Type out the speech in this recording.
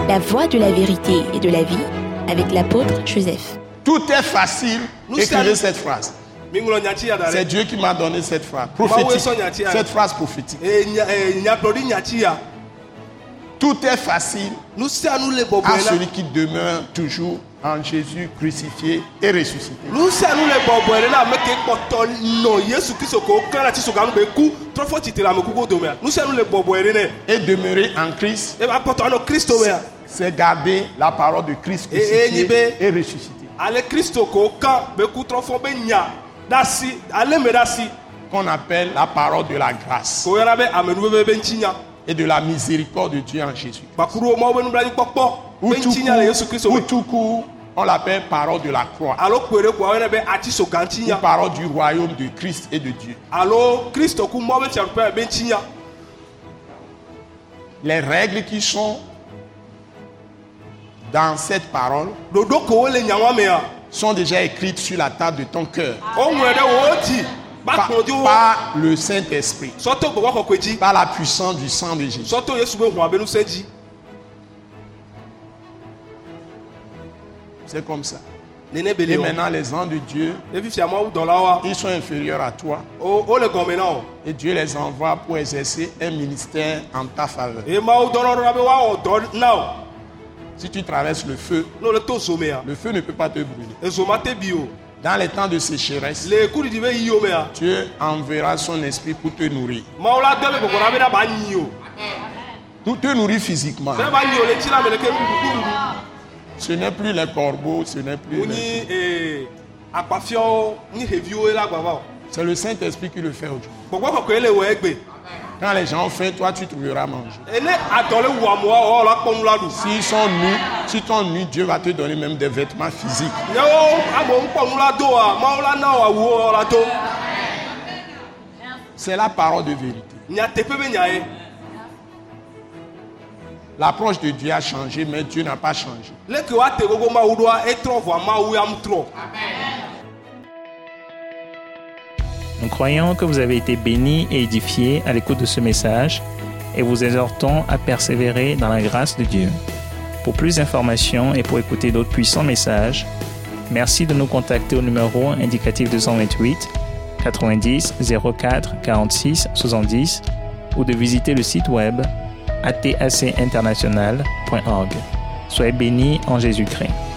la voie de la vérité et de la vie avec l'apôtre Joseph. Tout est facile. Écrivez cette phrase. C'est Dieu qui m'a donné cette phrase prophétique. Cette phrase prophétique. Tout est facile à celui qui demeure toujours en Jésus crucifié et ressuscité. Et demeurer en Christ, c'est garder la parole de Christ crucifié et ressuscité. Qu'on appelle la parole de la grâce et de la miséricorde de Dieu en Jésus. Ou tout court, on l'appelle parole de la croix. Ou parole du royaume de Christ et de Dieu. Les règles qui sont dans cette parole sont déjà écrites sur la table de ton cœur. Par le Saint-Esprit, par la puissance du sang de Jésus. C'est comme ça. Et maintenant les anges de Dieu, ils sont inférieurs à toi. Et Dieu les envoie pour exercer un ministère en ta faveur. Si tu traverses le feu ne peut pas te brûler. Dans les temps de sécheresse, Dieu enverra son esprit pour te nourrir. Pour te nourrir physiquement. Ce n'est plus les corbeaux, ce n'est plus les... C'est le Saint-Esprit qui le fait aujourd'hui. Quand les gens ont faim, toi tu trouveras à manger. S'ils sont nus, si tu es nu, Dieu va te donner même des vêtements physiques. C'est la parole de vérité. L'approche de Dieu a changé, mais Dieu n'a pas changé. Nous croyons que vous avez été bénis et édifiés à l'écoute de ce message et vous exhortons à persévérer dans la grâce de Dieu. Pour plus d'informations et pour écouter d'autres puissants messages, merci de nous contacter au numéro indicatif 228 90 04 46 70 ou de visiter le site web atacinternational.org. Soyez bénis en Jésus-Christ.